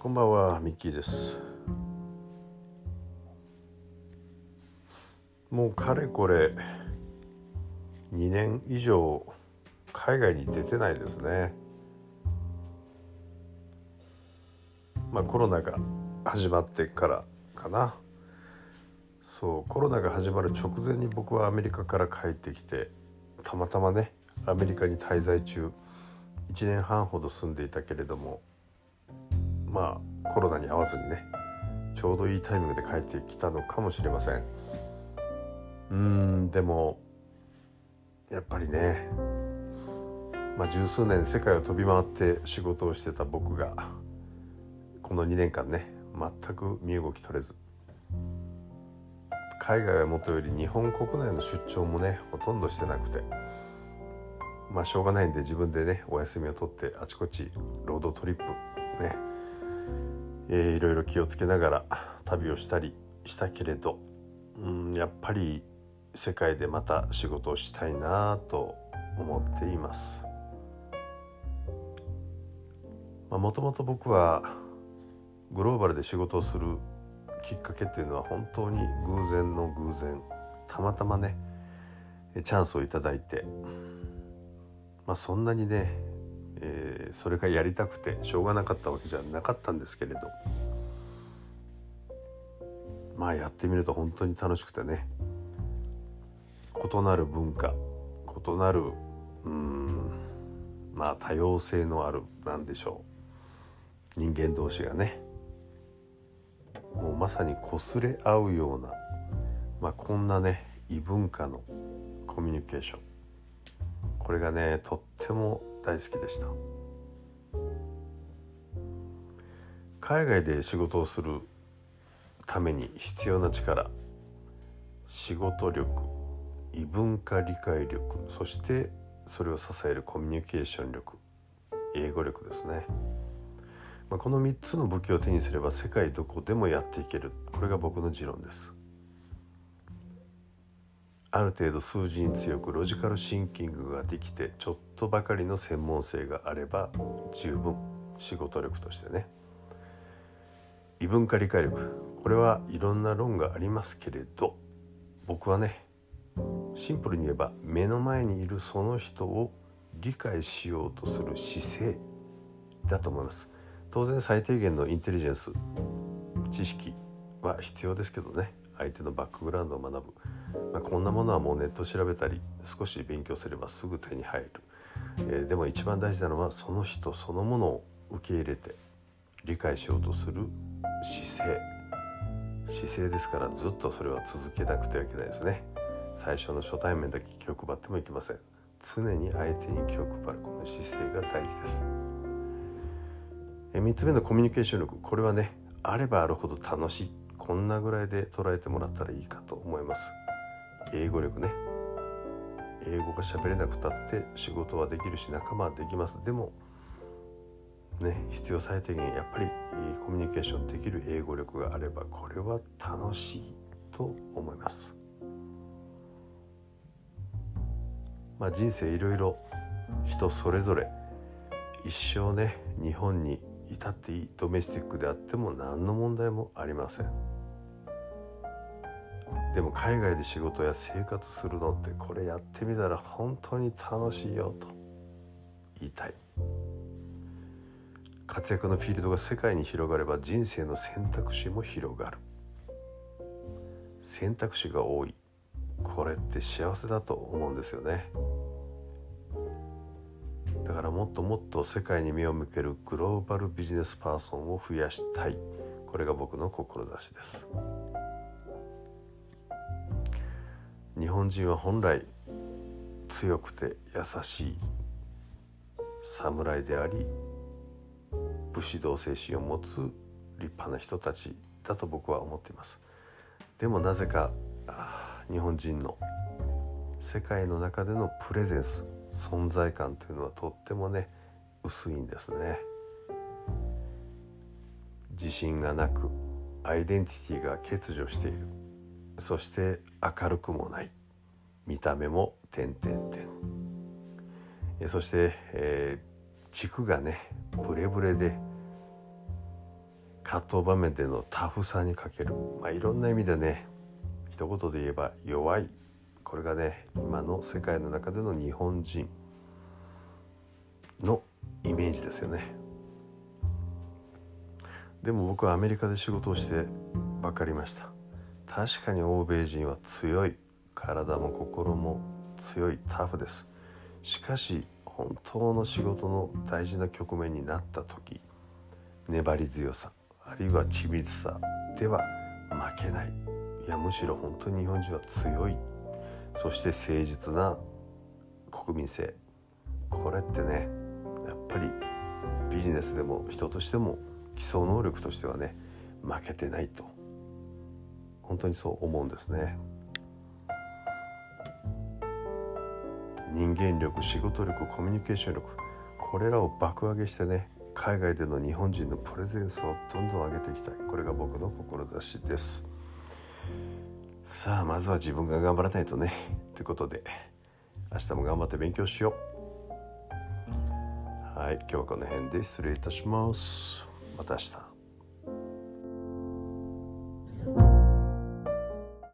こんばんは、ミッキーです。もうかれこれ2年以上海外に出てないですね。コロナが始まってからかな。コロナが始まる直前に僕はアメリカから帰ってきて、たまたまねアメリカに滞在中1年半ほど住んでいたけれども、コロナに合わずにねちょうどいいタイミングで帰ってきたのかもしれません。でもやっぱりね、十数年世界を飛び回って仕事をしてた僕がこの2年間ね全く身動き取れず、海外はもとより日本国内の出張もねほとんどしてなくて、しょうがないんで自分でねお休みを取ってあちこちロードトリップね、いろいろ気をつけながら旅をしたりしたけれど、やっぱり世界でまた仕事をしたいなと思っています。もともと僕はグローバルで仕事をするきっかけっていうのは本当に偶然の偶然、たまたまねチャンスをいただいて、そんなにね、それがやりたくてしょうがなかったわけじゃなかったんですけれど、やってみると本当に楽しくてね、異なる文化、異なる多様性のある人間同士がねもうまさに擦れ合うような、こんなね異文化のコミュニケーション、これがねとっても大好きでした。海外で仕事をするために必要な力、仕事力、異文化理解力、そしてそれを支えるコミュニケーション力、英語力ですね。この3つの武器を手にすれば世界どこでもやっていける。これが僕の持論です。ある程度数字に強くロジカルシンキングができて、ちょっとばかりの専門性があれば十分仕事力としてね。異文化理解力、これはいろんな論がありますけれど、僕はねシンプルに言えば目の前にいるその人を理解しようとする姿勢だと思います。当然最低限のインテリジェンス、知識は必要ですけどね、相手のバックグラウンドを学ぶ、こんなものはもうネット調べたり少し勉強すればすぐ手に入る、でも一番大事なのはその人そのものを受け入れて理解しようとする姿勢ですから、ずっとそれは続けなくてはいけないですね。最初の初対面だけ気を配ってもいけません。常に相手に気を配る、この姿勢が大事です。3つ目のコミュニケーション力、これはねあればあるほど楽しい、こんなぐらいで捉えてもらったらいいかと思います。英語力ね、英語が喋れなくたって仕事はできるし仲間はできます。でもね、必要最低限やっぱりコミュニケーションできる英語力があればこれは楽しいと思います。人生いろいろ人それぞれ、一生ね日本にいたっていい、ドメスティックであっても何の問題もありません。でも海外で仕事や生活するのって、これやってみたら本当に楽しいよと言いたい。活躍のフィールドが世界に広がれば人生の選択肢も広がる。選択肢が多い、これって幸せだと思うんですよね。だからもっともっと世界に目を向けるグローバルビジネスパーソンを増やしたい、これが僕の志です。日本人は本来強くて優しい侍であり、武士道精神を持つ立派な人たちだと僕は思っています。でもなぜか日本人の世界の中でのプレゼンス、存在感というのはとってもね薄いんですね。自信がなく、アイデンティティが欠如している、そして明るくもない、見た目もそして、軸がねブレブレで、 葛藤場面でのタフさに欠ける、いろんな意味でね、一言で言えば弱い、これがね今の世界の中での日本人のイメージですよね。でも僕はアメリカで仕事をして分かりました。確かに欧米人は強い、体も心も強い、タフです。しかし本当の仕事の大事な局面になった時、粘り強さあるいは緻密さでは負けない、いやむしろ本当に日本人は強い、そして誠実な国民性、これってねやっぱりビジネスでも人としても基礎能力としてはね負けてないと、本当にそう思うんですね。人間力、仕事力、コミュニケーション力、これらを爆上げしてね海外での日本人のプレゼンスをどんどん上げていきたい、これが僕の志です。さあまずは自分が頑張らないとねということで、明日も頑張って勉強しよう。はい、今日はこの辺で失礼いたします。また明日。